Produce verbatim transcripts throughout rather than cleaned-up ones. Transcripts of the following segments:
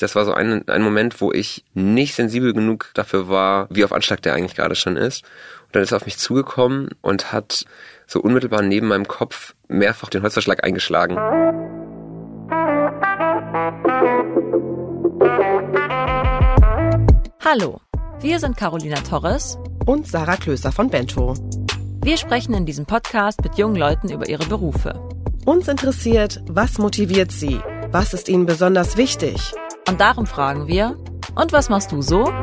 Das war so ein, ein Moment, wo ich nicht sensibel genug dafür war, wie auf Anschlag der eigentlich gerade schon ist. Und dann ist er auf mich zugekommen und hat so unmittelbar neben meinem Kopf mehrfach den Holzverschlag eingeschlagen. Hallo, wir sind Carolina Torres und Sarah Klöser von Bento. Wir sprechen in diesem Podcast mit jungen Leuten über ihre Berufe. Uns interessiert, was motiviert sie? Was ist ihnen besonders wichtig? Und darum fragen wir, und was machst du so?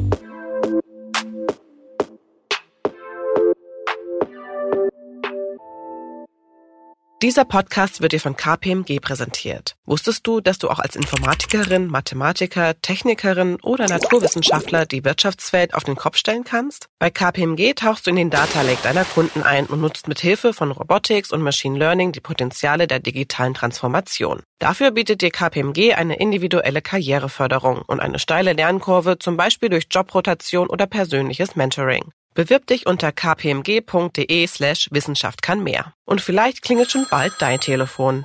Dieser Podcast wird dir von K P M G präsentiert. Wusstest du, dass du auch als Informatikerin, Mathematiker, Technikerin oder Naturwissenschaftler die Wirtschaftswelt auf den Kopf stellen kannst? Bei K P M G tauchst du in den Data Lake deiner Kunden ein und nutzt mit Hilfe von Robotics und Machine Learning die Potenziale der digitalen Transformation. Dafür bietet dir K P M G eine individuelle Karriereförderung und eine steile Lernkurve, zum Beispiel durch Jobrotation oder persönliches Mentoring. Bewirb dich unter kpmg.de slash Wissenschaft kann mehr. Und vielleicht klingelt schon bald dein Telefon.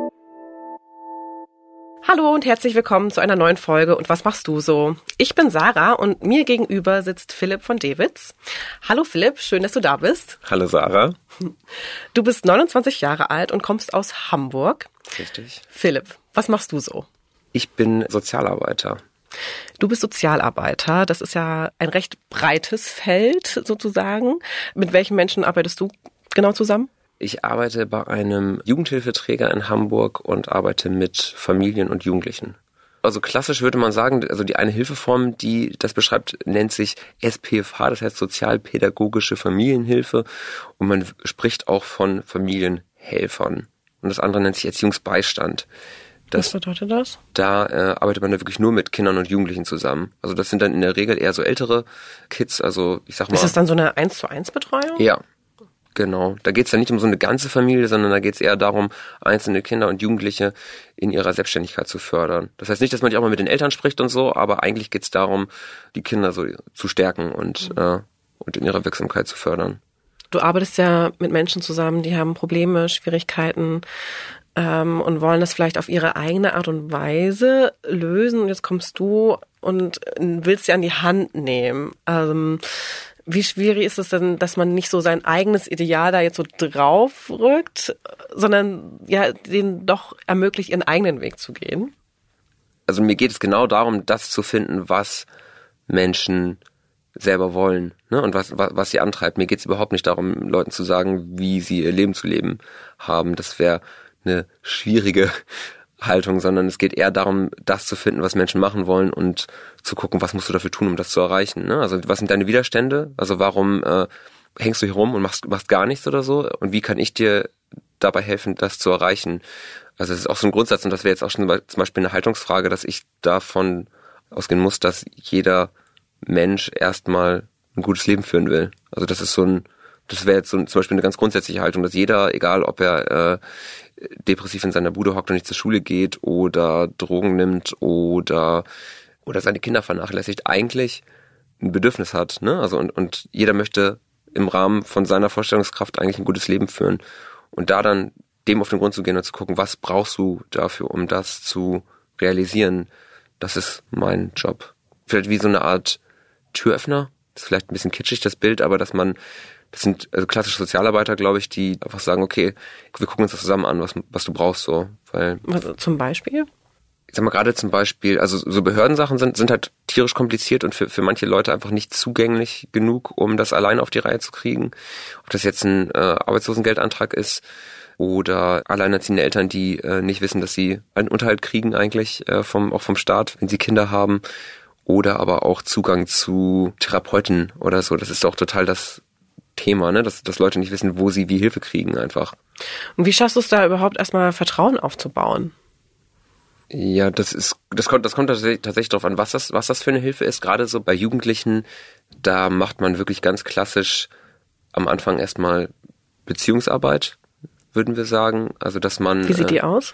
Hallo und herzlich willkommen zu einer neuen Folge Und was machst du so? Ich bin Sarah und mir gegenüber sitzt Philipp von Dewitz. Hallo Philipp, schön, dass du da bist. Hallo Sarah. Du bist neunundzwanzig Jahre alt und kommst aus Hamburg. Richtig. Philipp, was machst du so? Ich bin Sozialarbeiter. Du bist Sozialarbeiter, das ist ja ein recht breites Feld sozusagen. Mit welchen Menschen arbeitest du genau zusammen? Ich arbeite bei einem Jugendhilfeträger in Hamburg und arbeite mit Familien und Jugendlichen. Also klassisch würde man sagen, also die eine Hilfeform, die das beschreibt, nennt sich S P F H, das heißt Sozialpädagogische Familienhilfe. Und man spricht auch von Familienhelfern. Und das andere nennt sich Erziehungsbeistand. Das, Was bedeutet das? Da äh, arbeitet man da wirklich nur mit Kindern und Jugendlichen zusammen. Also das sind dann in der Regel eher so ältere Kids, also ich sag mal... Ist das dann so eine eins zu eins Betreuung? Ja, genau. Da geht's dann nicht um so eine ganze Familie, sondern da geht's eher darum, einzelne Kinder und Jugendliche in ihrer Selbstständigkeit zu fördern. Das heißt nicht, dass man nicht auch mal mit den Eltern spricht und so, aber eigentlich geht's darum, die Kinder so zu stärken und, mhm. äh, und in ihrer Wirksamkeit zu fördern. Du arbeitest ja mit Menschen zusammen, die haben Probleme, Schwierigkeiten, und wollen das vielleicht auf ihre eigene Art und Weise lösen. Und jetzt kommst du und willst sie an die Hand nehmen. Ähm, wie schwierig ist es denn, dass man nicht so sein eigenes Ideal da jetzt so draufrückt, sondern ja denen doch ermöglicht, ihren eigenen Weg zu gehen? Also mir geht es genau darum, das zu finden, was Menschen selber wollen, ne, und was, was, was sie antreibt. Mir geht es überhaupt nicht darum, Leuten zu sagen, wie sie ihr Leben zu leben haben. Das wäre eine schwierige Haltung, sondern es geht eher darum, das zu finden, was Menschen machen wollen und zu gucken, was musst du dafür tun, um das zu erreichen. Ne? Also was sind deine Widerstände? Also warum äh, hängst du hier rum und machst, machst gar nichts oder so? Und wie kann ich dir dabei helfen, das zu erreichen? Also es ist auch so ein Grundsatz und das wäre jetzt auch schon zum Beispiel eine Haltungsfrage, dass ich davon ausgehen muss, dass jeder Mensch erstmal ein gutes Leben führen will. Also das ist so ein Das wäre jetzt so zum Beispiel eine ganz grundsätzliche Haltung, dass jeder, egal ob er äh, depressiv in seiner Bude hockt und nicht zur Schule geht oder Drogen nimmt oder oder seine Kinder vernachlässigt, eigentlich ein Bedürfnis hat, ne? Also und und jeder möchte im Rahmen von seiner Vorstellungskraft eigentlich ein gutes Leben führen und da dann dem auf den Grund zu gehen und zu gucken, was brauchst du dafür, um das zu realisieren, das ist mein Job. Vielleicht wie so eine Art Türöffner, das ist vielleicht ein bisschen kitschig das Bild, aber dass man Das sind also klassische Sozialarbeiter, glaube ich, die einfach sagen, okay, wir gucken uns das zusammen an, was was du brauchst so, weil also zum Beispiel? Ich sag mal gerade zum Beispiel, also so Behördensachen sind sind halt tierisch kompliziert und für für manche Leute einfach nicht zugänglich genug, um das alleine auf die Reihe zu kriegen. Ob das jetzt ein äh, Arbeitslosengeldantrag ist oder alleinerziehende Eltern, die äh, nicht wissen, dass sie einen Unterhalt kriegen eigentlich äh, vom auch vom Staat, wenn sie Kinder haben, oder aber auch Zugang zu Therapeuten oder so. Das ist auch total das Thema, ne, dass, dass Leute nicht wissen, wo sie wie Hilfe kriegen einfach. Und wie schaffst du es da überhaupt erstmal Vertrauen aufzubauen? Ja, das ist, das kommt, das kommt tatsächlich, tatsächlich darauf an, was das, was das für eine Hilfe ist. Gerade so bei Jugendlichen, da macht man wirklich ganz klassisch am Anfang erstmal Beziehungsarbeit, würden wir sagen. Also, dass man. Wie sieht die äh, aus?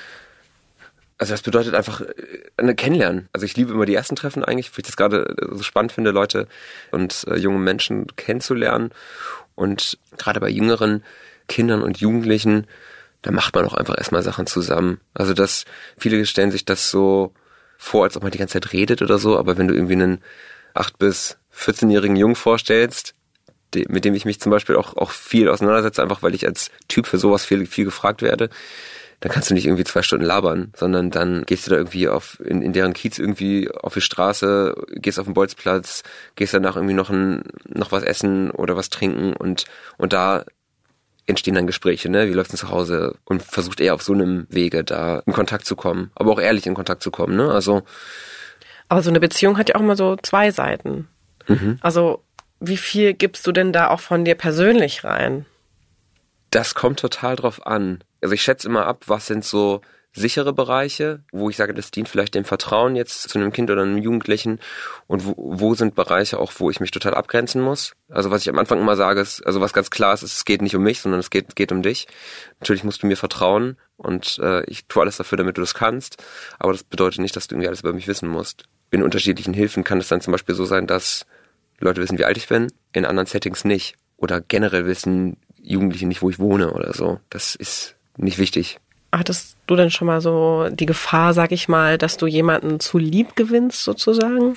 Also das bedeutet einfach eine Kennenlernen. Also ich liebe immer die ersten Treffen eigentlich, weil ich das gerade so spannend finde, Leute und äh, junge Menschen kennenzulernen. Und gerade bei jüngeren Kindern und Jugendlichen, da macht man auch einfach erstmal Sachen zusammen. Also das, viele stellen sich das so vor, als ob man die ganze Zeit redet oder so, aber wenn du irgendwie einen acht bis vierzehnjährigen Jungen vorstellst, de, mit dem ich mich zum Beispiel auch, auch viel auseinandersetze, einfach weil ich als Typ für sowas viel, viel gefragt werde, dann kannst du nicht irgendwie zwei Stunden labern, sondern dann gehst du da irgendwie auf in, in deren Kiez irgendwie auf die Straße, gehst auf den Bolzplatz, gehst danach irgendwie noch ein, noch was essen oder was trinken und und da entstehen dann Gespräche, ne? Wie läuft's denn zu Hause? Und versucht eher auf so einem Wege da in Kontakt zu kommen, aber auch ehrlich in Kontakt zu kommen, ne? Also aber so eine Beziehung hat ja auch immer so zwei Seiten. Mhm. Also wie viel gibst du denn da auch von dir persönlich rein? Das kommt total drauf an. Also ich schätze immer ab, was sind so sichere Bereiche, wo ich sage, das dient vielleicht dem Vertrauen jetzt zu einem Kind oder einem Jugendlichen und wo, wo sind Bereiche auch, wo ich mich total abgrenzen muss. Also was ich am Anfang immer sage, ist, also was ganz klar ist, ist es geht nicht um mich, sondern es geht, geht um dich. Natürlich musst du mir vertrauen und äh, ich tue alles dafür, damit du das kannst, aber das bedeutet nicht, dass du irgendwie alles über mich wissen musst. In unterschiedlichen Hilfen kann es dann zum Beispiel so sein, dass Leute wissen, wie alt ich bin, in anderen Settings nicht. Oder generell wissen Jugendliche nicht, wo ich wohne oder so. Das ist nicht wichtig. Hattest du denn schon mal so die Gefahr, sag ich mal, dass du jemanden zu lieb gewinnst sozusagen?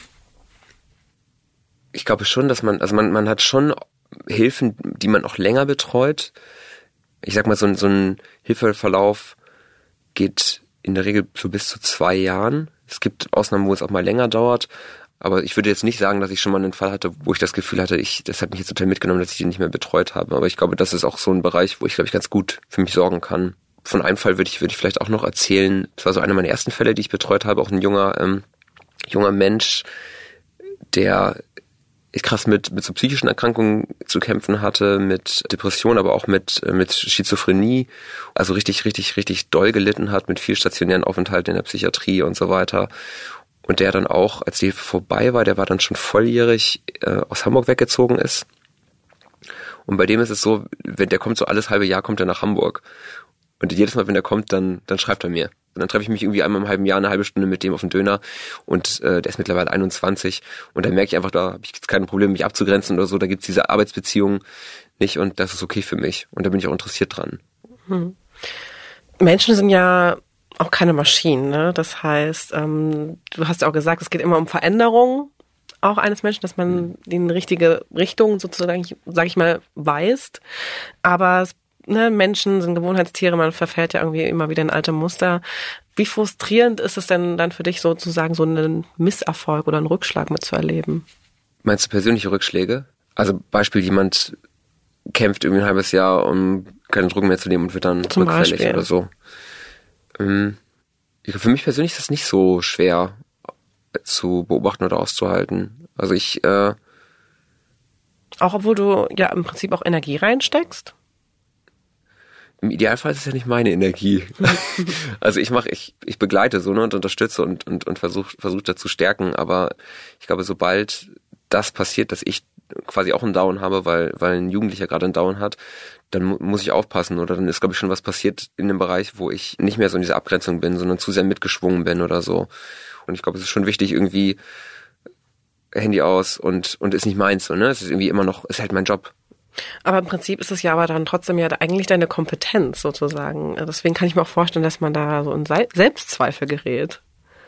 Ich glaube schon, dass man, also man, man hat schon Hilfen, die man auch länger betreut. Ich sag mal, so ein, so ein Hilfeverlauf geht in der Regel so bis zu zwei Jahren. Es gibt Ausnahmen, wo es auch mal länger dauert. Aber ich würde jetzt nicht sagen, dass ich schon mal einen Fall hatte, wo ich das Gefühl hatte, ich, das hat mich jetzt total mitgenommen, dass ich den nicht mehr betreut habe. Aber ich glaube, das ist auch so ein Bereich, wo ich, glaube ich, ganz gut für mich sorgen kann. Von einem Fall würde ich, würde ich vielleicht auch noch erzählen. Das war so einer meiner ersten Fälle, die ich betreut habe. Auch ein junger, ähm, junger Mensch, der krass mit, mit so psychischen Erkrankungen zu kämpfen hatte, mit Depression, aber auch mit, mit Schizophrenie. Also richtig, richtig, richtig doll gelitten hat, mit viel stationären Aufenthalten in der Psychiatrie und so weiter. Und der dann auch, als die Hilfe vorbei war, der war dann schon volljährig, äh, aus Hamburg weggezogen ist. Und bei dem ist es so, wenn der kommt so alles halbe Jahr, kommt er nach Hamburg. Und jedes Mal, wenn der kommt, dann dann schreibt er mir. Und dann treffe ich mich irgendwie einmal im halben Jahr eine halbe Stunde mit dem auf den Döner. Und äh, der ist mittlerweile einundzwanzig. Und da merke ich einfach, da habe ich jetzt keine Probleme, mich abzugrenzen oder so. Da gibt's diese Arbeitsbeziehungen nicht und das ist okay für mich. Und da bin ich auch interessiert dran. Hm. Menschen sind ja auch keine Maschinen, ne? Das heißt, ähm, du hast ja auch gesagt, es geht immer um Veränderung auch eines Menschen, dass man die in richtige Richtung sozusagen, sage ich mal, weist. Aber es, ne, Menschen sind Gewohnheitstiere, man verfällt ja irgendwie immer wieder in alte Muster. Wie frustrierend ist es denn dann für dich sozusagen, so einen Misserfolg oder einen Rückschlag mitzuerleben? Meinst du persönliche Rückschläge? Also Beispiel, jemand kämpft irgendwie ein halbes Jahr, um keine Drogen mehr zu nehmen und wird dann Zum rückfällig Beispiel. Oder so. Für mich persönlich ist das nicht so schwer zu beobachten oder auszuhalten. Also ich... Äh, auch obwohl du ja im Prinzip auch Energie reinsteckst? Im Idealfall ist es ja nicht meine Energie. Also ich mache, ich, ich begleite so, ne, und unterstütze und, und, und versuche versuch da zu stärken. Aber ich glaube, sobald das passiert, dass ich quasi auch einen Down habe, weil, weil ein Jugendlicher gerade einen Down hat, dann mu- muss ich aufpassen. Oder dann ist, glaube ich, schon was passiert in dem Bereich, wo ich nicht mehr so in dieser Abgrenzung bin, sondern zu sehr mitgeschwungen bin oder so. Und ich glaube, es ist schon wichtig, irgendwie Handy aus und, und ist nicht meins, so, ne? Es ist irgendwie immer noch, ist halt mein Job. Aber im Prinzip ist es ja aber dann trotzdem ja eigentlich deine Kompetenz sozusagen. Deswegen kann ich mir auch vorstellen, dass man da so in Selbstzweifel gerät.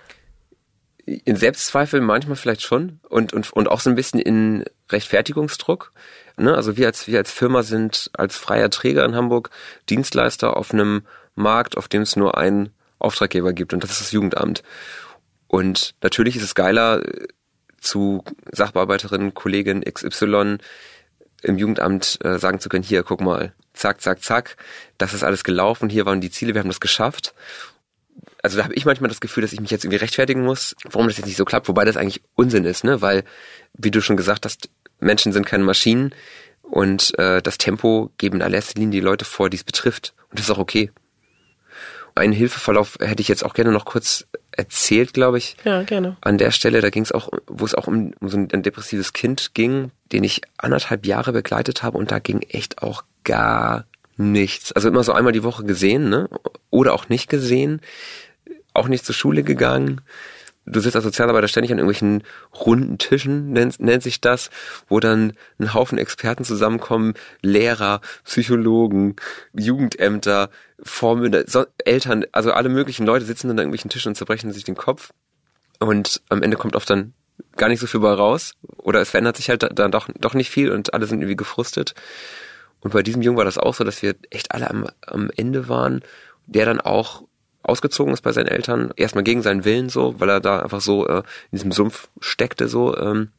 In Selbstzweifel manchmal vielleicht schon und, und, und auch so ein bisschen in Rechtfertigungsdruck. Ne? Also wir als, wir als Firma sind als freier Träger in Hamburg Dienstleister auf einem Markt, auf dem es nur einen Auftraggeber gibt und das ist das Jugendamt. Und natürlich ist es geiler, zu Sachbearbeiterin, Kollegin X Y im Jugendamt äh, sagen zu können, hier, guck mal, zack, zack, zack, das ist alles gelaufen, hier waren die Ziele, wir haben das geschafft. Also da habe ich manchmal das Gefühl, dass ich mich jetzt irgendwie rechtfertigen muss, warum das jetzt nicht so klappt, wobei das eigentlich Unsinn ist, ne? Weil, wie du schon gesagt hast, Menschen sind keine Maschinen und äh, das Tempo geben in allererster Linie die Leute vor, die es betrifft. Und das ist auch okay. Einen Hilfeverlauf hätte ich jetzt auch gerne noch kurz erzählt, glaube ich. Ja, gerne. An der Stelle, da ging es auch, wo es auch um, um so ein, ein depressives Kind ging, den ich anderthalb Jahre begleitet habe und da ging echt auch gar nichts. Also immer so einmal die Woche gesehen, ne? Oder auch nicht gesehen, auch nicht zur Schule gegangen. Du sitzt als Sozialarbeiter ständig an irgendwelchen runden Tischen, nennt, nennt sich das, wo dann ein Haufen Experten zusammenkommen, Lehrer, Psychologen, Jugendämter, Vormünder, so, Eltern, also alle möglichen Leute sitzen dann an irgendwelchen Tischen und zerbrechen sich den Kopf. und am Ende kommt oft dann gar nicht so viel bei raus oder es verändert sich halt dann doch, doch nicht viel und alle sind irgendwie gefrustet. Und bei diesem Jungen war das auch so, dass wir echt alle am, am Ende waren, der dann auch ausgezogen ist bei seinen Eltern, erstmal gegen seinen Willen so, weil er da einfach so äh, in diesem Sumpf steckte so. Ähm.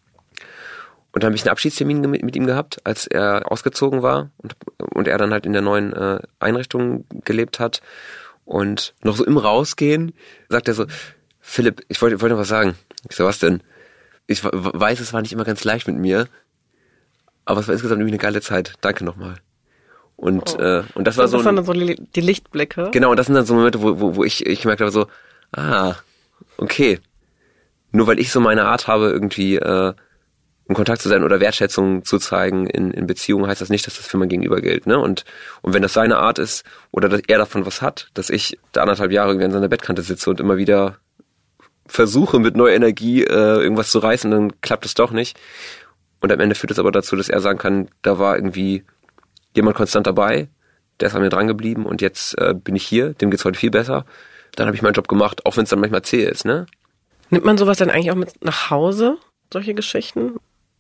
Und dann habe ich einen Abschiedstermin mit, mit ihm gehabt, als er ausgezogen war und, und er dann halt in der neuen äh, Einrichtung gelebt hat. Und noch so im Rausgehen sagt er so, Philipp, ich wollte wollte noch was sagen. Ich so, was denn? Ich weiß, es war nicht immer ganz leicht mit mir, aber es war insgesamt irgendwie eine geile Zeit. Danke nochmal. Und, oh. äh, und das war so. Das waren dann so die Lichtblicke. Genau, und das sind dann so Momente, wo, wo, wo ich, ich gemerkt habe, so, ah, okay. Nur weil ich so meine Art habe, irgendwie äh, in Kontakt zu sein oder Wertschätzung zu zeigen in, in Beziehungen, heißt das nicht, dass das für mein Gegenüber gilt. Ne? Und, und wenn das seine Art ist oder dass er davon was hat, dass ich da anderthalb Jahre irgendwie an seiner Bettkante sitze und immer wieder versuche mit neuer Energie äh, irgendwas zu reißen, dann klappt es doch nicht. Und am Ende führt es aber dazu, dass er sagen kann, da war irgendwie jemand konstant dabei, der ist an mir dran geblieben und jetzt äh, bin ich hier, dem geht's heute viel besser. Dann habe ich meinen Job gemacht, auch wenn es dann manchmal zäh ist. Ne? Nimmt man sowas dann eigentlich auch mit nach Hause, solche Geschichten?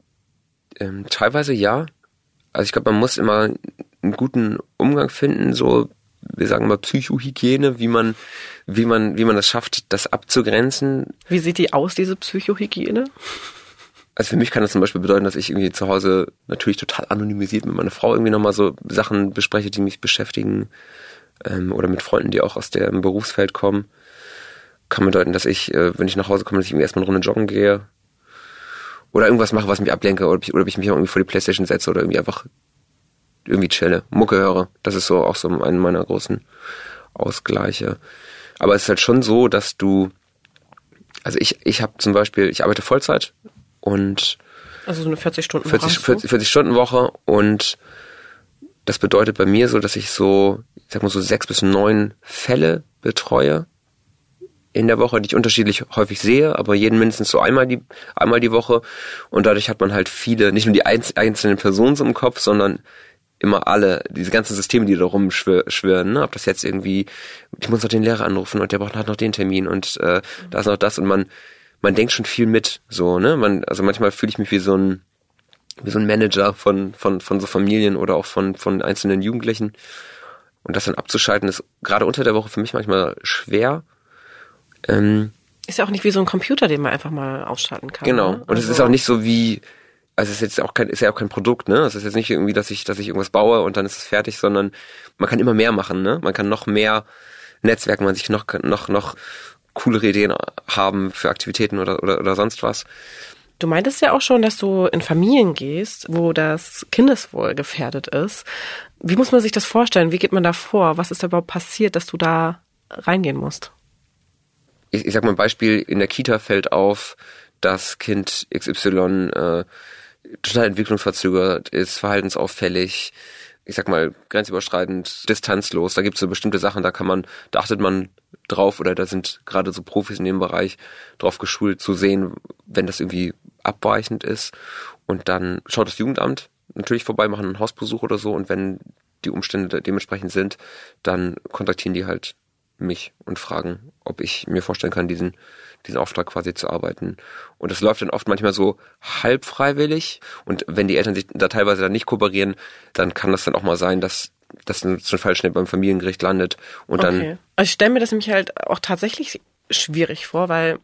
Ähm, teilweise ja. Also ich glaube, man muss immer einen guten Umgang finden, so wir sagen mal Psychohygiene, wie man, wie man, wie man das schafft, das abzugrenzen. Wie sieht die aus, diese Psychohygiene? Also für mich kann das zum Beispiel bedeuten, dass ich irgendwie zu Hause natürlich total anonymisiert mit meiner Frau irgendwie nochmal so Sachen bespreche, die mich beschäftigen, ähm, oder mit Freunden, die auch aus dem Berufsfeld kommen. Kann bedeuten, dass ich, äh, wenn ich nach Hause komme, dass ich irgendwie erstmal eine Runde joggen gehe oder irgendwas mache, was mich ablenke oder, oder ich mich irgendwie vor die Playstation setze oder irgendwie einfach irgendwie chille, Mucke höre. Das ist so auch so einer meiner großen Ausgleiche. Aber es ist halt schon so, dass du, also ich, ich habe zum Beispiel, ich arbeite Vollzeit und also so eine vierzig-Stunden-Woche vierzig, vierzig, vierzig Stunden Woche und das bedeutet bei mir so, dass ich so, ich sag mal so sechs bis neun Fälle betreue in der Woche, die ich unterschiedlich häufig sehe, aber jeden mindestens so einmal die einmal die Woche und dadurch hat man halt viele, nicht nur die einzelnen Personen so im Kopf, sondern immer alle, diese ganzen Systeme, die da rumschwirren, ne? Ob das jetzt irgendwie, ich muss noch den Lehrer anrufen und der braucht hat noch den Termin und äh, mhm. da ist noch das und man man denkt schon viel mit, so, ne? Man, also manchmal fühle ich mich wie so ein wie so ein Manager von von von so Familien oder auch von von einzelnen Jugendlichen und das dann abzuschalten ist gerade unter der Woche für mich manchmal schwer. Ähm, ist ja auch nicht wie so ein Computer, den man einfach mal ausschalten kann. Genau. Ne? Und also, es ist auch nicht so wie, also es ist jetzt auch kein, ist ja auch kein Produkt, ne? Es ist jetzt nicht irgendwie, dass ich, dass ich irgendwas baue und dann ist es fertig, sondern man kann immer mehr machen, ne? Man kann noch mehr netzwerken, man sich noch, noch, noch coolere Ideen haben für Aktivitäten oder, oder, oder sonst was. Du meintest ja auch schon, dass du in Familien gehst, wo das Kindeswohl gefährdet ist. Wie muss man sich das vorstellen? Wie geht man da vor? Was ist da überhaupt passiert, dass du da reingehen musst? Ich, ich sag mal ein Beispiel, in der Kita fällt auf, dass Kind X Y äh, total entwicklungsverzögert ist, verhaltensauffällig, ich sag mal grenzüberschreitend, distanzlos. Da gibt's so bestimmte Sachen, da kann man, da achtet man drauf oder da sind gerade so Profis in dem Bereich drauf geschult zu sehen, wenn das irgendwie abweichend ist. Und dann schaut das Jugendamt natürlich vorbei, machen einen Hausbesuch oder so und wenn die Umstände dementsprechend sind, dann kontaktieren die halt mich und fragen, ob ich mir vorstellen kann, diesen diesen Auftrag quasi zu arbeiten. Und das läuft dann oft manchmal so halb freiwillig. Und wenn die Eltern sich da teilweise dann nicht kooperieren, dann kann das dann auch mal sein, dass das so ein Fall schnell beim Familiengericht landet. Und dann. Okay. Also ich stelle mir das nämlich halt auch tatsächlich schwierig vor, weil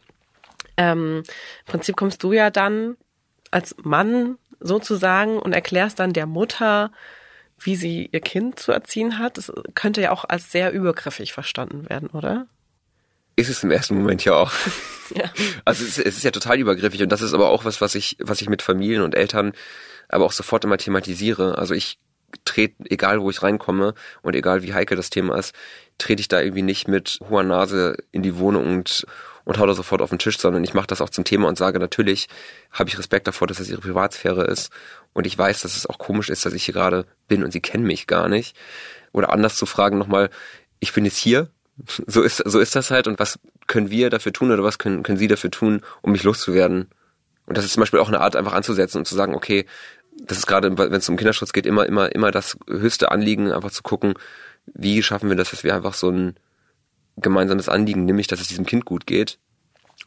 ähm, im Prinzip kommst du ja dann als Mann sozusagen und erklärst dann der Mutter, wie sie ihr Kind zu erziehen hat. Das könnte ja auch als sehr übergriffig verstanden werden, oder? Ist es im ersten Moment ja auch. Ja. Also es ist, es ist ja total übergriffig und das ist aber auch was, was ich, was ich mit Familien und Eltern aber auch sofort immer thematisiere. Also ich trete, egal wo ich reinkomme und egal wie heikel das Thema ist, trete ich da irgendwie nicht mit hoher Nase in die Wohnung und und hau da sofort auf den Tisch, sondern ich mache das auch zum Thema und sage, natürlich habe ich Respekt davor, dass das ihre Privatsphäre ist und ich weiß, dass es auch komisch ist, dass ich hier gerade bin und sie kennen mich gar nicht. Oder anders zu fragen nochmal, ich bin jetzt hier, so ist so ist das halt und was können wir dafür tun oder was können können Sie dafür tun, um mich loszuwerden? Und das ist zum Beispiel auch eine Art, einfach anzusetzen und zu sagen, okay, das ist gerade, wenn es um Kinderschutz geht, immer immer immer das höchste Anliegen, einfach zu gucken, wie schaffen wir das, dass wir einfach so ein gemeinsames Anliegen, nämlich, dass es diesem Kind gut geht,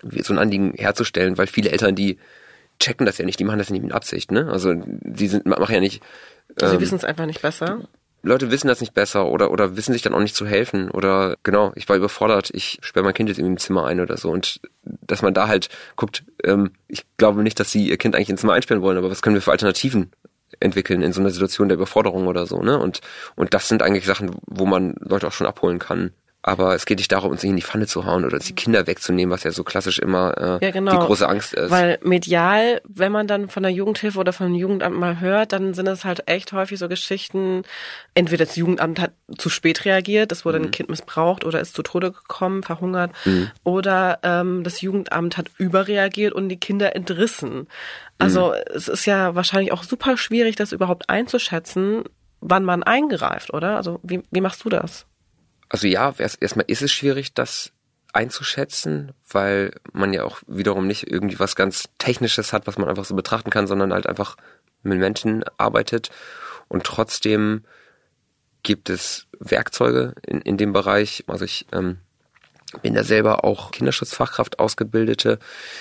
so ein Anliegen herzustellen, weil viele Eltern, die checken das ja nicht, die machen das nicht mit Absicht, ne? Also die sind machen ja nicht. Ähm, Sie wissen es einfach nicht besser. Leute wissen das nicht besser oder oder wissen sich dann auch nicht zu helfen oder genau, ich war überfordert, ich sperre mein Kind jetzt irgendwie im Zimmer ein oder so und dass man da halt guckt, ähm, ich glaube nicht, dass sie ihr Kind eigentlich ins Zimmer einsperren wollen, aber was können wir für Alternativen entwickeln in so einer Situation der Überforderung oder so, ne? Und und das sind eigentlich Sachen, wo man Leute auch schon abholen kann. Aber es geht nicht darum, uns in die Pfanne zu hauen oder die Kinder wegzunehmen, was ja so klassisch immer äh, ja, genau. die große Angst ist. Weil medial, wenn man dann von der Jugendhilfe oder vom Jugendamt mal hört, dann sind es halt echt häufig so Geschichten, entweder das Jugendamt hat zu spät reagiert, es wurde mhm. ein Kind missbraucht oder ist zu Tode gekommen, verhungert, mhm. oder ähm, das Jugendamt hat überreagiert und die Kinder entrissen. Also mhm. es ist ja wahrscheinlich auch super schwierig, das überhaupt einzuschätzen, wann man eingreift, oder? Also wie, wie machst du das? Also ja, erst, erstmal ist es schwierig, das einzuschätzen, weil man ja auch wiederum nicht irgendwie was ganz Technisches hat, was man einfach so betrachten kann, sondern halt einfach mit Menschen arbeitet. Und trotzdem gibt es Werkzeuge in, in dem Bereich. Also ich ähm, bin da selber auch Kinderschutzfachkraft Ausgebildete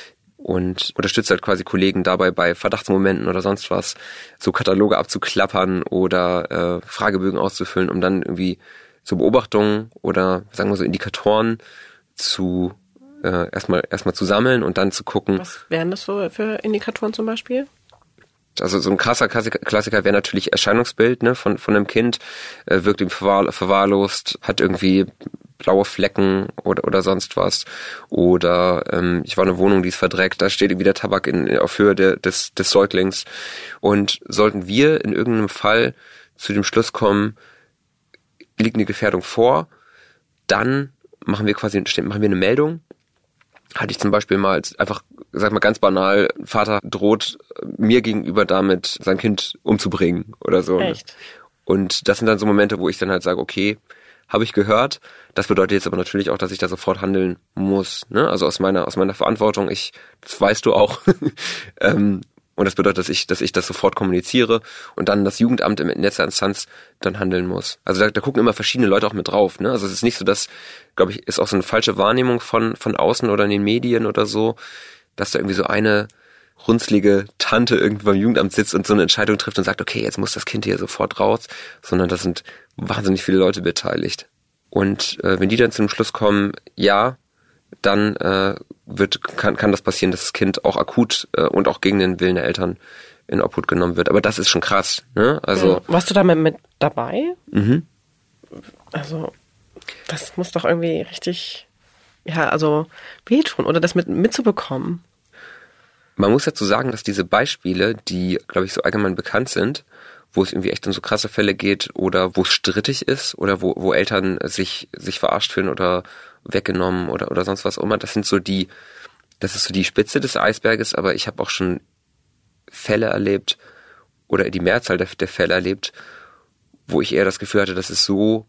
und unterstütze halt quasi Kollegen dabei, bei Verdachtsmomenten oder sonst was, so Kataloge abzuklappern oder äh, Fragebögen auszufüllen, um dann irgendwie so Beobachtungen oder sagen wir so Indikatoren zu äh, erstmal erstmal zu sammeln und dann zu gucken. Was wären das so für Indikatoren zum Beispiel? Also so ein krasser Klassiker wäre natürlich Erscheinungsbild, ne, von von einem Kind, äh, wirkt ihm verwahr, verwahrlost, hat irgendwie blaue Flecken oder oder sonst was. Oder ähm, ich war in einer Wohnung, die ist verdreckt, da steht irgendwie der Tabak in, auf Höhe der, des des Säuglings. Und sollten wir in irgendeinem Fall zu dem Schluss kommen, liegt eine Gefährdung vor, dann machen wir quasi machen wir eine Meldung. Hatte ich zum Beispiel mal einfach, sag mal ganz banal, Vater droht mir gegenüber damit, sein Kind umzubringen oder so. Echt? Und das sind dann so Momente, wo ich dann halt sage, okay, habe ich gehört. Das bedeutet jetzt aber natürlich auch, dass ich da sofort handeln muss. Ne? Also aus meiner aus meiner Verantwortung. Ich, das weißt du auch. ähm, Und das bedeutet, dass ich, dass ich das sofort kommuniziere und dann das Jugendamt in letzter Instanz dann handeln muss. Also da, da gucken immer verschiedene Leute auch mit drauf, ne? Also es ist nicht so, dass, glaube ich, ist auch so eine falsche Wahrnehmung von, von außen oder in den Medien oder so, dass da irgendwie so eine runzlige Tante irgendwie beim Jugendamt sitzt und so eine Entscheidung trifft und sagt, okay, jetzt muss das Kind hier sofort raus, sondern da sind wahnsinnig viele Leute beteiligt. Und äh, wenn die dann zum Schluss kommen, ja, dann äh, wird kann kann das passieren, dass das Kind auch akut äh, und auch gegen den Willen der Eltern in Obhut genommen wird. Aber das ist schon krass, ne? Also warst du da mit, mit dabei? Mhm. Also das muss doch irgendwie richtig, ja, also wehtun oder das mit mitzubekommen. Man muss dazu sagen, dass diese Beispiele, die, glaube ich, so allgemein bekannt sind, wo es irgendwie echt um so krasse Fälle geht oder wo es strittig ist oder wo wo Eltern sich sich verarscht fühlen oder weggenommen oder oder sonst was immer, das sind so die, das ist so die Spitze des Eisberges, aber ich habe auch schon Fälle erlebt oder die Mehrzahl der, der Fälle erlebt, wo ich eher das Gefühl hatte, das ist so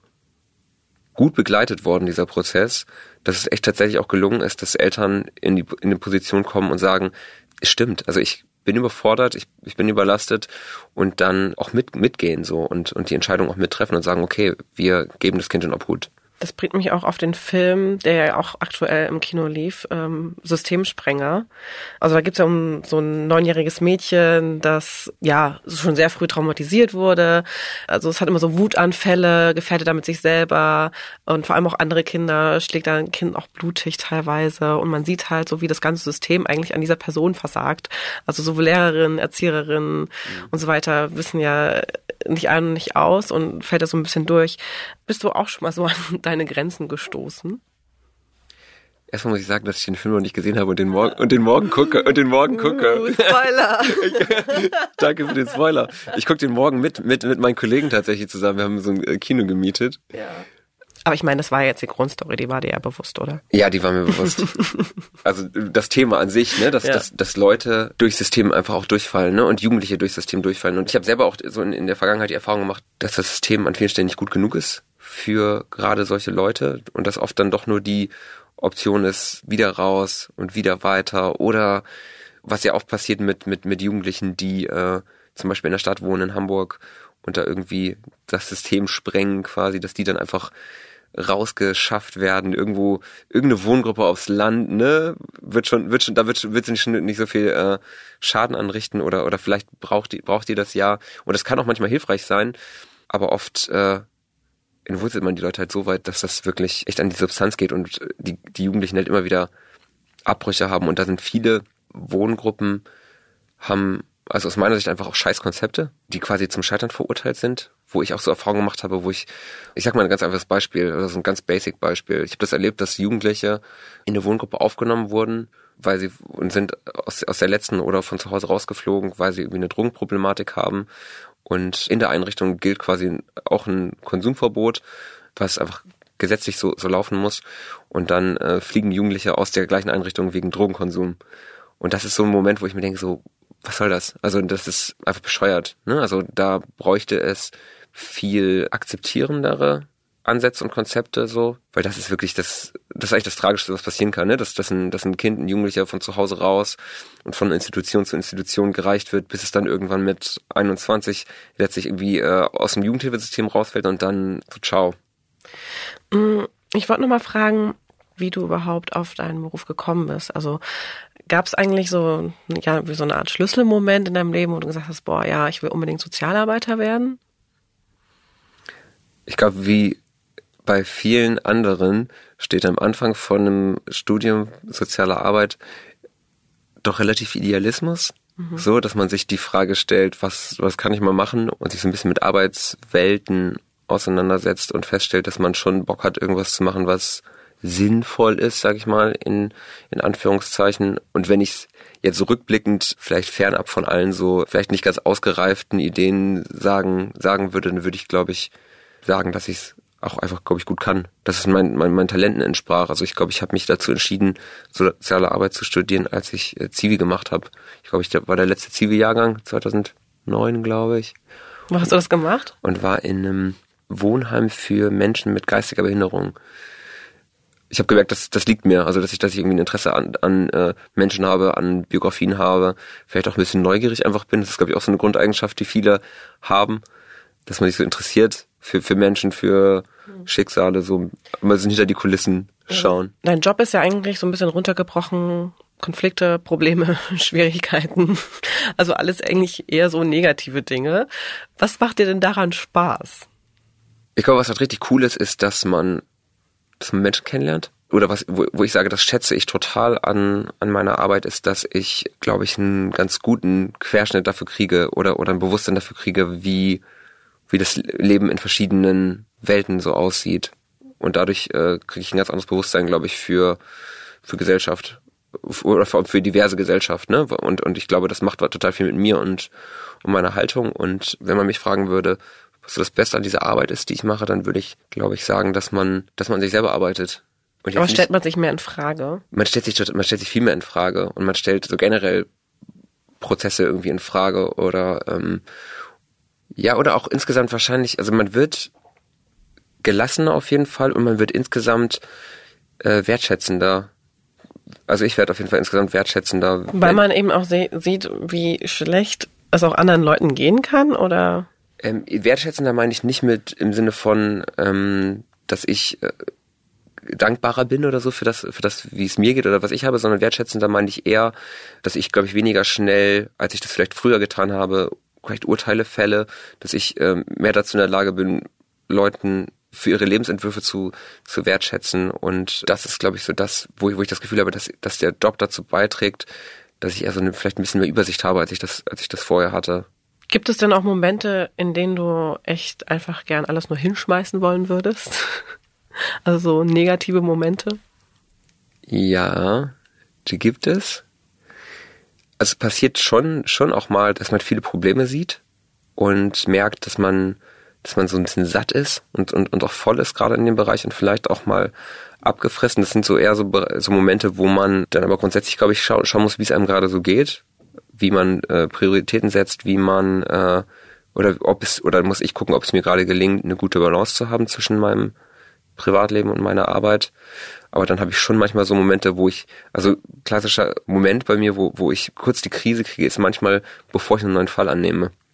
gut begleitet worden, dieser Prozess, dass es echt tatsächlich auch gelungen ist, dass Eltern in die in eine Position kommen und sagen, es stimmt, also ich bin überfordert, ich, ich bin überlastet und dann auch mit mitgehen so und und die Entscheidung auch mittreffen und sagen, okay, wir geben das Kind in Obhut. Das bringt mich auch auf den Film, der ja auch aktuell im Kino lief, ähm, Systemsprenger. Also da geht's ja um so ein neunjähriges Mädchen, das ja schon sehr früh traumatisiert wurde. Also es hat immer so Wutanfälle, gefährdet damit sich selber und vor allem auch andere Kinder, schlägt da ein Kind auch blutig teilweise. Und man sieht halt so, wie das ganze System eigentlich an dieser Person versagt. Also sowohl Lehrerinnen, Erzieherinnen mhm. und so weiter wissen ja nicht ein und nicht aus und fällt da so ein bisschen durch. Bist du auch schon mal so an deine Grenzen gestoßen? Erstmal muss ich sagen, dass ich den Film noch nicht gesehen habe und den morgen und den morgen gucke und den morgen gucke. Uh, Spoiler. Danke für den Spoiler. Ich gucke den morgen mit mit mit meinen Kollegen tatsächlich zusammen. Wir haben so ein Kino gemietet. Ja. Aber ich meine, das war jetzt die Grundstory, die war dir ja bewusst, oder? Ja, die war mir bewusst. Also das Thema an sich, ne, dass, ja. dass, dass Leute durchs System einfach auch durchfallen, ne, und Jugendliche durchs System durchfallen. Und ich habe selber auch so in, in der Vergangenheit die Erfahrung gemacht, dass das System an vielen Stellen nicht gut genug ist für gerade solche Leute und dass oft dann doch nur die Option ist, wieder raus und wieder weiter. Oder was ja oft passiert mit mit mit Jugendlichen, die äh, zum Beispiel in der Stadt wohnen, in Hamburg, und da irgendwie das System sprengen quasi, dass die dann einfach rausgeschafft werden, irgendwo, irgendeine Wohngruppe aufs Land, ne, wird schon, wird schon, da wird, wird sie nicht, nicht so viel äh, Schaden anrichten oder oder vielleicht braucht die, braucht die das ja. Und das kann auch manchmal hilfreich sein, aber oft äh, entwurzelt man die Leute halt so weit, dass das wirklich echt an die Substanz geht und die, die Jugendlichen halt immer wieder Abbrüche haben. Und da sind viele Wohngruppen, haben also aus meiner Sicht einfach auch Scheißkonzepte, die quasi zum Scheitern verurteilt sind, wo ich auch so Erfahrungen gemacht habe, wo ich, ich sag mal ein ganz einfaches Beispiel, oder so ein ganz basic Beispiel. Ich habe das erlebt, dass Jugendliche in eine Wohngruppe aufgenommen wurden, weil sie und sind aus, aus der letzten oder von zu Hause rausgeflogen, weil sie irgendwie eine Drogenproblematik haben. Und in der Einrichtung gilt quasi auch ein Konsumverbot, was einfach gesetzlich so, so laufen muss. Und dann äh, fliegen Jugendliche aus der gleichen Einrichtung wegen Drogenkonsum. Und das ist so ein Moment, wo ich mir denke, so, was soll das? Also das ist einfach bescheuert. Ne? Also da bräuchte es viel akzeptierendere Ansätze und Konzepte so, weil das ist wirklich das, das ist eigentlich das Tragischste, was passieren kann, ne? Dass, dass, ein, dass ein Kind, ein Jugendlicher von zu Hause raus und von Institution zu Institution gereicht wird, bis es dann irgendwann mit einundzwanzig letztlich irgendwie äh, aus dem Jugendhilfesystem rausfällt und dann so ciao. Ich wollte noch mal fragen, wie du überhaupt auf deinen Beruf gekommen bist. Also gab es eigentlich so, ja, wie so eine Art Schlüsselmoment in deinem Leben, wo du gesagt hast, boah, ja, ich will unbedingt Sozialarbeiter werden? Ich glaube, wie bei vielen anderen steht am Anfang von einem Studium sozialer Arbeit doch relativ viel Idealismus. Mhm. So, dass man sich die Frage stellt, was, was kann ich mal machen und sich so ein bisschen mit Arbeitswelten auseinandersetzt und feststellt, dass man schon Bock hat, irgendwas zu machen, was sinnvoll ist, sag ich mal, in, in Anführungszeichen. Und wenn ich es jetzt so rückblickend vielleicht fernab von allen so vielleicht nicht ganz ausgereiften Ideen sagen, sagen würde, dann würde ich, glaube ich, sagen, dass ich es auch einfach, glaube ich, gut kann. Dass es mein, mein, mein Talenten entsprach. Also ich glaube, ich habe mich dazu entschieden, soziale Arbeit zu studieren, als ich äh, Zivi gemacht habe. Ich glaube, ich war der letzte Zivi-Jahrgang, zweitausendneun, glaube ich. Wo hast du das gemacht? Und war in einem Wohnheim für Menschen mit geistiger Behinderung. Ich habe gemerkt, dass das liegt mir, also dass ich, dass ich irgendwie ein Interesse an, an äh, Menschen habe, an Biografien habe, vielleicht auch ein bisschen neugierig einfach bin. Das ist, glaube ich, auch so eine Grundeigenschaft, die viele haben, dass man sich so interessiert für für Menschen, für Schicksale, so mal so hinter die Kulissen schauen. Dein Job ist ja eigentlich so ein bisschen runtergebrochen, Konflikte, Probleme, Schwierigkeiten, also alles eigentlich eher so negative Dinge. Was macht dir denn daran Spaß? Ich glaube, was halt richtig cool ist, ist, dass man dass man Menschen kennenlernt. Oder was, wo, wo ich sage, das schätze ich total an, an meiner Arbeit, ist, dass ich, glaube ich, einen ganz guten Querschnitt dafür kriege oder, oder ein Bewusstsein dafür kriege, wie, wie das Leben in verschiedenen Welten so aussieht. Und dadurch äh, kriege ich ein ganz anderes Bewusstsein, glaube ich, für, für Gesellschaft oder für, für diverse Gesellschaft, ne? Und, und ich glaube, das macht total viel mit mir und, und meiner Haltung. Und wenn man mich fragen würde, was so das Beste an dieser Arbeit ist, die ich mache, dann würde ich, glaube ich, sagen, dass man, dass man sich selber arbeitet. Und aber stellt man sich mehr in Frage? Man stellt sich, man stellt sich viel mehr in Frage und man stellt so generell Prozesse irgendwie in Frage oder ähm, ja, oder auch insgesamt wahrscheinlich, also man wird gelassener auf jeden Fall und man wird insgesamt äh, wertschätzender. Also ich werde auf jeden Fall insgesamt wertschätzender. Weil man eben auch se- sieht, wie schlecht es auch anderen Leuten gehen kann, oder? Ähm, wertschätzender meine ich nicht mit im Sinne von, ähm, dass ich äh, dankbarer bin oder so für das, für das, wie es mir geht oder was ich habe, sondern wertschätzender meine ich eher, dass ich, glaube ich, weniger schnell, als ich das vielleicht früher getan habe, vielleicht Urteile fälle, dass ich ähm, mehr dazu in der Lage bin, Leuten für ihre Lebensentwürfe zu zu wertschätzen. Und das ist, glaube ich, so das, wo ich, wo ich das Gefühl habe, dass dass der Job dazu beiträgt, dass ich also eine, vielleicht ein bisschen mehr Übersicht habe, als ich das als ich das vorher hatte. Gibt es denn auch Momente, in denen du echt einfach gern alles nur hinschmeißen wollen würdest? Also so negative Momente? Ja, die gibt es. Also es passiert schon schon auch mal, dass man viele Probleme sieht und merkt, dass man dass man so ein bisschen satt ist und und und auch voll ist gerade in dem Bereich und vielleicht auch mal abgefressen. Das sind so eher so, so Momente, wo man dann aber grundsätzlich, glaube ich, schau, schauen muss, wie es einem gerade so geht, wie man äh, Prioritäten setzt, wie man äh, oder ob es oder muss ich gucken, ob es mir gerade gelingt, eine gute Balance zu haben zwischen meinem Privatleben und meiner Arbeit. Aber dann habe ich schon manchmal so Momente, wo ich, also klassischer Moment bei mir, wo wo ich kurz die Krise kriege, ist manchmal, bevor ich einen neuen Fall annehme.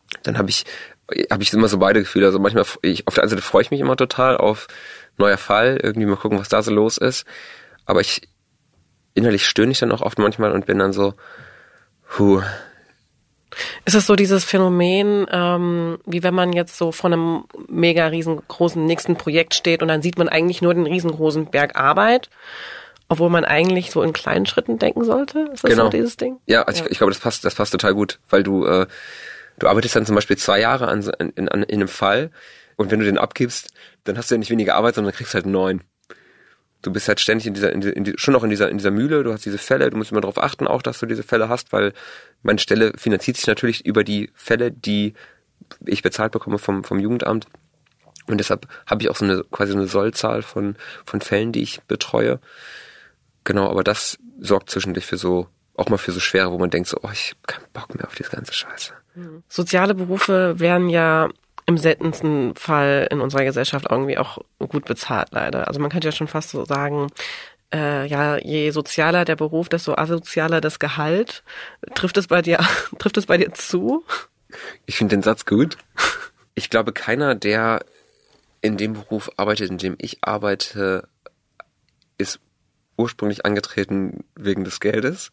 dann habe ich habe ich immer so beide Gefühle. Also manchmal, ich, auf der einen Seite freue ich mich immer total auf neuer Fall, irgendwie mal gucken, was da so los ist. Aber ich innerlich stöhne ich dann auch oft manchmal und bin dann so, huh. Ist es so dieses Phänomen, ähm, wie wenn man jetzt so vor einem mega riesengroßen nächsten Projekt steht und dann sieht man eigentlich nur den riesengroßen Berg Arbeit, obwohl man eigentlich so in kleinen Schritten denken sollte? Ist das genau. so dieses Ding? Ja, also ja. Ich, ich glaube, das passt, das passt total gut, weil du äh, du arbeitest dann zum Beispiel zwei Jahre an, in, in, in einem Fall und wenn du den abgibst, dann hast du ja nicht weniger Arbeit, sondern kriegst halt einen neuen. Du bist halt ständig in dieser, in die, in die, schon noch in dieser, in dieser Mühle, du hast diese Fälle, du musst immer darauf achten auch, dass du diese Fälle hast, weil meine Stelle finanziert sich natürlich über die Fälle, die ich bezahlt bekomme vom, vom Jugendamt. Und deshalb habe ich auch so eine, quasi eine Sollzahl von, von Fällen, die ich betreue. Genau, aber das sorgt zwischendurch für so, auch mal für so Schwere, wo man denkt so, oh, ich hab keinen Bock mehr auf diese ganze Scheiße. Soziale Berufe werden ja im seltensten Fall in unserer Gesellschaft irgendwie auch gut bezahlt, leider. Also man könnte ja schon fast so sagen, äh, ja, je sozialer der Beruf, desto asozialer das Gehalt. Trifft es bei dir, trifft es bei dir zu? Ich finde den Satz gut. Ich glaube, keiner, der in dem Beruf arbeitet, in dem ich arbeite, ist ursprünglich angetreten wegen des Geldes.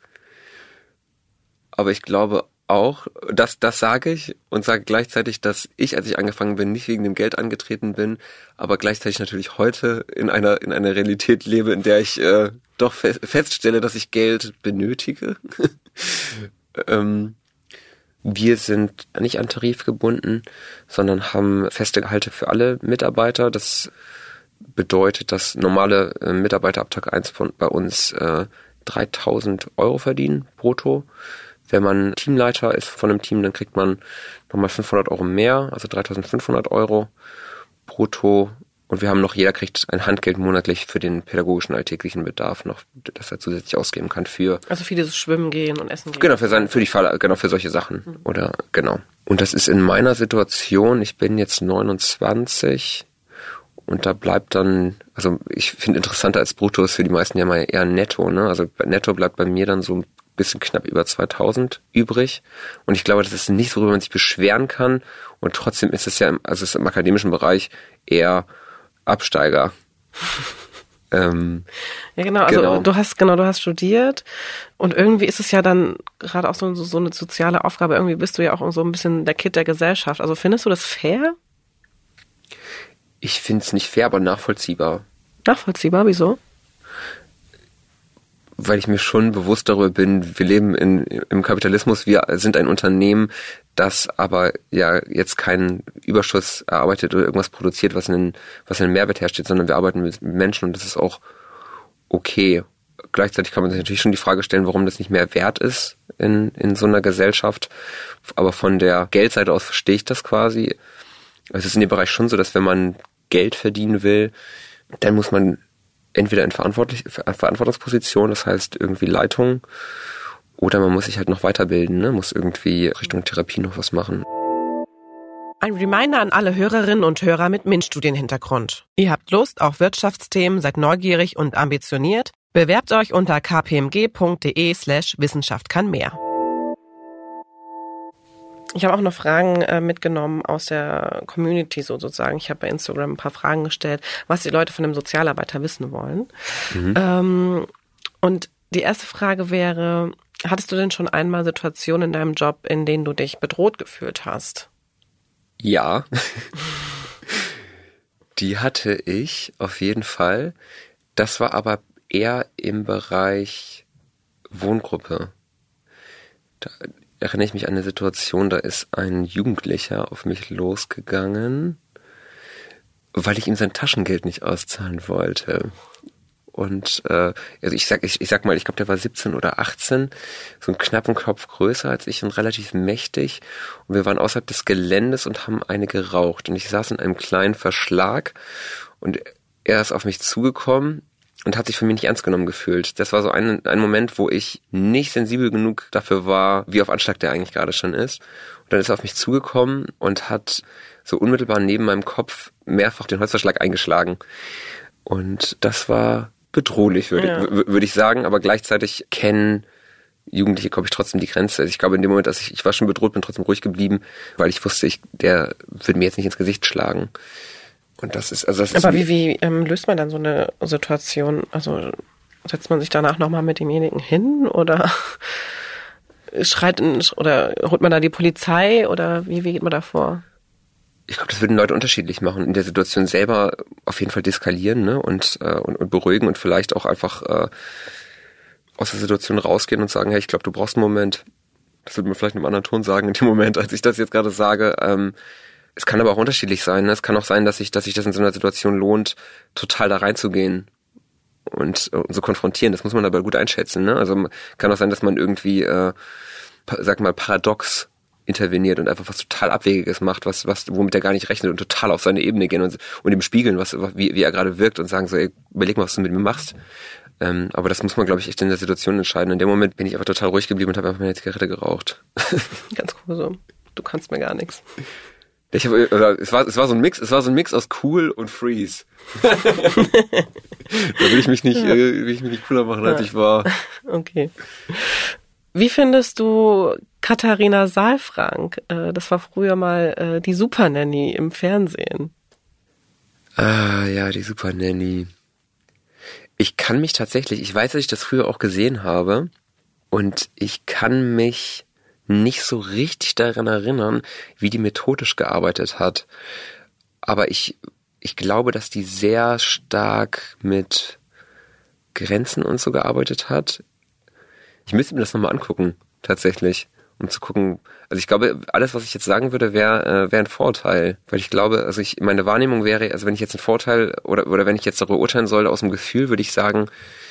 Aber ich glaube auch, das, das sage ich und sage gleichzeitig, dass ich, als ich angefangen bin, nicht wegen dem Geld angetreten bin, aber gleichzeitig natürlich heute in einer in einer Realität lebe, in der ich äh, doch fe- feststelle, dass ich Geld benötige. ähm, wir sind nicht an Tarif gebunden, sondern haben feste Gehalte für alle Mitarbeiter. Das bedeutet, dass normale äh, Mitarbeiter ab Tag eins von bei uns äh, dreitausend Euro verdienen brutto. Wenn man Teamleiter ist von einem Team, dann kriegt man nochmal fünfhundert Euro mehr, also dreitausendfünfhundert Euro brutto. Und wir haben noch, jeder kriegt ein Handgeld monatlich für den pädagogischen alltäglichen Bedarf noch, das er zusätzlich ausgeben kann für. Also für dieses Schwimmen gehen und Essen gehen. Genau, für sein, für die Fall, genau, für solche Sachen. Mhm. Oder, genau. Und das ist in meiner Situation, ich bin jetzt neunundzwanzig und da bleibt dann, also ich finde interessanter als brutto ist für die meisten ja mal eher netto, ne? Also netto bleibt bei mir dann so bisschen knapp über zweitausend übrig. Und ich glaube, das ist nichts, worüber man sich beschweren kann. Und trotzdem ist es ja, im, also es ist im akademischen Bereich eher Absteiger. ähm, ja, genau. Also genau. du hast, genau, du hast studiert. Und irgendwie ist es ja dann gerade auch so, so eine soziale Aufgabe. Irgendwie bist du ja auch so ein bisschen der Kid der Gesellschaft. Also findest du das fair? Ich finde es nicht fair, aber nachvollziehbar. Nachvollziehbar? Wieso? Weil ich mir schon bewusst darüber bin, wir leben in, im Kapitalismus, wir sind ein Unternehmen, das aber ja jetzt keinen Überschuss erarbeitet oder irgendwas produziert, was einen, was einen Mehrwert herstellt, sondern wir arbeiten mit Menschen und das ist auch okay. Gleichzeitig kann man sich natürlich schon die Frage stellen, warum das nicht mehr wert ist in, in so einer Gesellschaft. Aber von der Geldseite aus verstehe ich das quasi. Es ist in dem Bereich schon so, dass wenn man Geld verdienen will, dann muss man entweder in Verantwortlich- Verantwortungsposition, das heißt irgendwie Leitung, oder man muss sich halt noch weiterbilden, ne? Muss irgendwie Richtung Therapie noch was machen. Ein Reminder an alle Hörerinnen und Hörer mit MINT-Studienhintergrund. Ihr habt Lust auf Wirtschaftsthemen, seid neugierig und ambitioniert? Bewerbt euch unter kpmg.de slash Wissenschaft kann mehr. Ich habe auch noch Fragen äh, mitgenommen aus der Community sozusagen. Ich habe bei Instagram ein paar Fragen gestellt, was die Leute von dem Sozialarbeiter wissen wollen. Mhm. Ähm, und die erste Frage wäre, hattest du denn schon einmal Situationen in deinem Job, in denen du dich bedroht gefühlt hast? Ja, die hatte ich auf jeden Fall. Das war aber eher im Bereich Wohngruppe. Da erinnere ich mich an eine Situation, da ist ein Jugendlicher auf mich losgegangen, weil ich ihm sein Taschengeld nicht auszahlen wollte. Und äh, also ich sag, ich, ich sag mal, ich glaube, der war siebzehn oder achtzehn, so einen knappen Kopf größer als ich und relativ mächtig. Und wir waren außerhalb des Geländes und haben eine geraucht. Und ich saß in einem kleinen Verschlag und er ist auf mich zugekommen und hat sich von mir nicht ernst genommen gefühlt. Das war so ein, ein Moment, wo ich nicht sensibel genug dafür war, wie auf Anschlag der eigentlich gerade schon ist. Und dann ist er auf mich zugekommen und hat so unmittelbar neben meinem Kopf mehrfach den Holzverschlag eingeschlagen. Und das war bedrohlich, würde, ja. w- würde ich sagen. Aber gleichzeitig kennen Jugendliche, glaube ich, trotzdem die Grenze. Also ich glaube, in dem Moment, dass ich, ich war schon bedroht, bin trotzdem ruhig geblieben, weil ich wusste, ich, der würde mir jetzt nicht ins Gesicht schlagen. Und das ist, also das ist. Aber wie, wie ähm, löst man dann so eine Situation? Also setzt man sich danach nochmal mit demjenigen hin oder schreit in, oder holt man da die Polizei oder wie, wie geht man da vor? Ich glaube, das würden Leute unterschiedlich machen. In der Situation selber auf jeden Fall deeskalieren, ne? und, äh, und, und beruhigen und vielleicht auch einfach äh, aus der Situation rausgehen und sagen, hey, ich glaube, du brauchst einen Moment. Das würde man vielleicht in einem anderen Ton sagen in dem Moment, als ich das jetzt gerade sage. Ähm, es kann aber auch unterschiedlich sein. Ne? Es kann auch sein, dass sich dass sich das in so einer Situation lohnt, total da reinzugehen und, und so konfrontieren. Das muss man aber gut einschätzen. Ne? Also kann auch sein, dass man irgendwie, äh, sag mal, paradox interveniert und einfach was total Abwegiges macht, was, was, womit er gar nicht rechnet und total auf seine Ebene gehen und, und ihm spiegeln, was, wie, wie er gerade wirkt und sagen so, ey, überleg mal, was du mit mir machst. Ähm, aber das muss man, glaube ich, echt in der Situation entscheiden. In dem Moment bin ich einfach total ruhig geblieben und habe einfach meine Zigarette geraucht. Ganz cool so. Du kannst mir gar nichts. Ich hab, oder, es war, es war so ein Mix, es war so ein Mix aus cool und freeze. Da will ich mich nicht, ja. äh, will ich mich nicht cooler machen, als ja. ich war. Okay. Wie findest du Katharina Saalfrank? Das war früher mal die Supernanny im Fernsehen. Ah, ja, die Supernanny. Ich kann mich tatsächlich, ich weiß, dass ich das früher auch gesehen habe und ich kann mich nicht so richtig daran erinnern, wie die methodisch gearbeitet hat. Aber ich, ich glaube, dass die sehr stark mit Grenzen und so gearbeitet hat. Ich müsste mir das nochmal angucken, tatsächlich, um zu gucken. Also ich glaube, alles, was ich jetzt sagen würde, wäre äh, wäre ein Vorteil. Weil ich glaube, also ich meine Wahrnehmung wäre, also wenn ich jetzt einen Vorteil oder oder wenn ich jetzt darüber urteilen soll, aus dem Gefühl, würde ich sagen,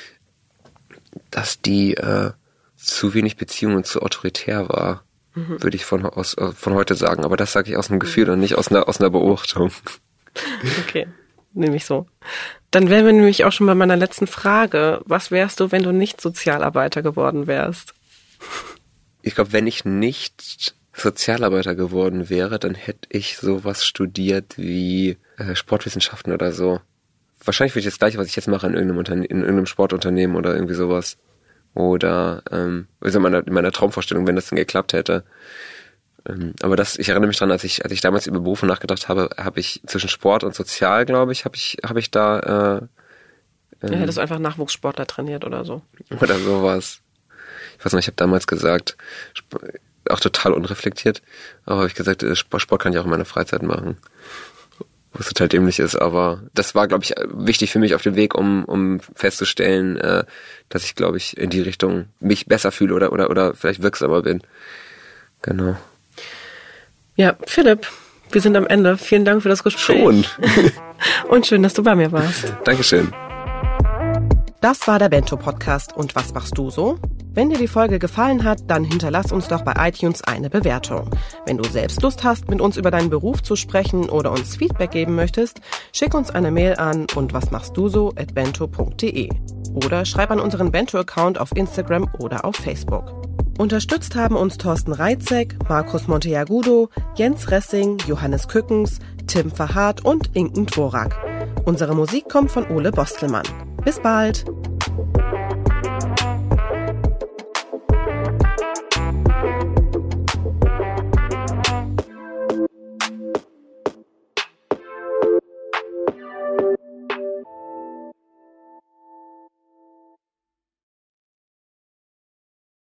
dass die äh, zu wenig Beziehung und zu autoritär war. Mhm. Würde ich von aus von heute sagen. Aber das sage ich aus dem Gefühl und nicht aus einer aus einer Beobachtung. Okay, nehme ich so. Dann wären wir nämlich auch schon bei meiner letzten Frage. Was wärst du, wenn du nicht Sozialarbeiter geworden wärst? Ich glaube, wenn ich nicht Sozialarbeiter geworden wäre, dann hätte ich sowas studiert wie äh, Sportwissenschaften oder so. Wahrscheinlich würde ich das Gleiche, was ich jetzt mache, in irgendeinem, Unterne- in irgendeinem Sportunternehmen oder irgendwie sowas. Oder ähm, also in meiner, in meiner Traumvorstellung, wenn das dann geklappt hätte. Ähm, aber das, ich erinnere mich dran, als ich, als ich damals über Berufe nachgedacht habe, habe ich zwischen Sport und Sozial, glaube ich, habe ich, habe ich da äh, ähm, ja, hättest du einfach Nachwuchssportler trainiert oder so. Oder sowas. Ich weiß noch, ich habe damals gesagt, auch total unreflektiert, aber habe ich gesagt, Sport kann ich auch in meiner Freizeit machen. Was total dämlich ist, aber das war, glaube ich, wichtig für mich auf dem Weg, um um festzustellen, äh, dass ich, glaube ich, in die Richtung mich besser fühle oder oder oder vielleicht wirksamer bin. Genau. Ja, Philipp, wir sind am Ende. Vielen Dank für das Gespräch. Schon. Und schön, dass du bei mir warst. Dankeschön. Das war der Bento-Podcast. Und was machst du so? Wenn dir die Folge gefallen hat, dann hinterlass uns doch bei iTunes eine Bewertung. Wenn du selbst Lust hast, mit uns über deinen Beruf zu sprechen oder uns Feedback geben möchtest, schick uns eine Mail an und was machst du so at bento punkt de oder schreib an unseren Bento-Account auf Instagram oder auf Facebook. Unterstützt haben uns Thorsten Reitzek, Markus Monteagudo, Jens Ressing, Johannes Kückens, Tim Verhardt und Inken Dvorak. Unsere Musik kommt von Ole Bostelmann. Bis bald!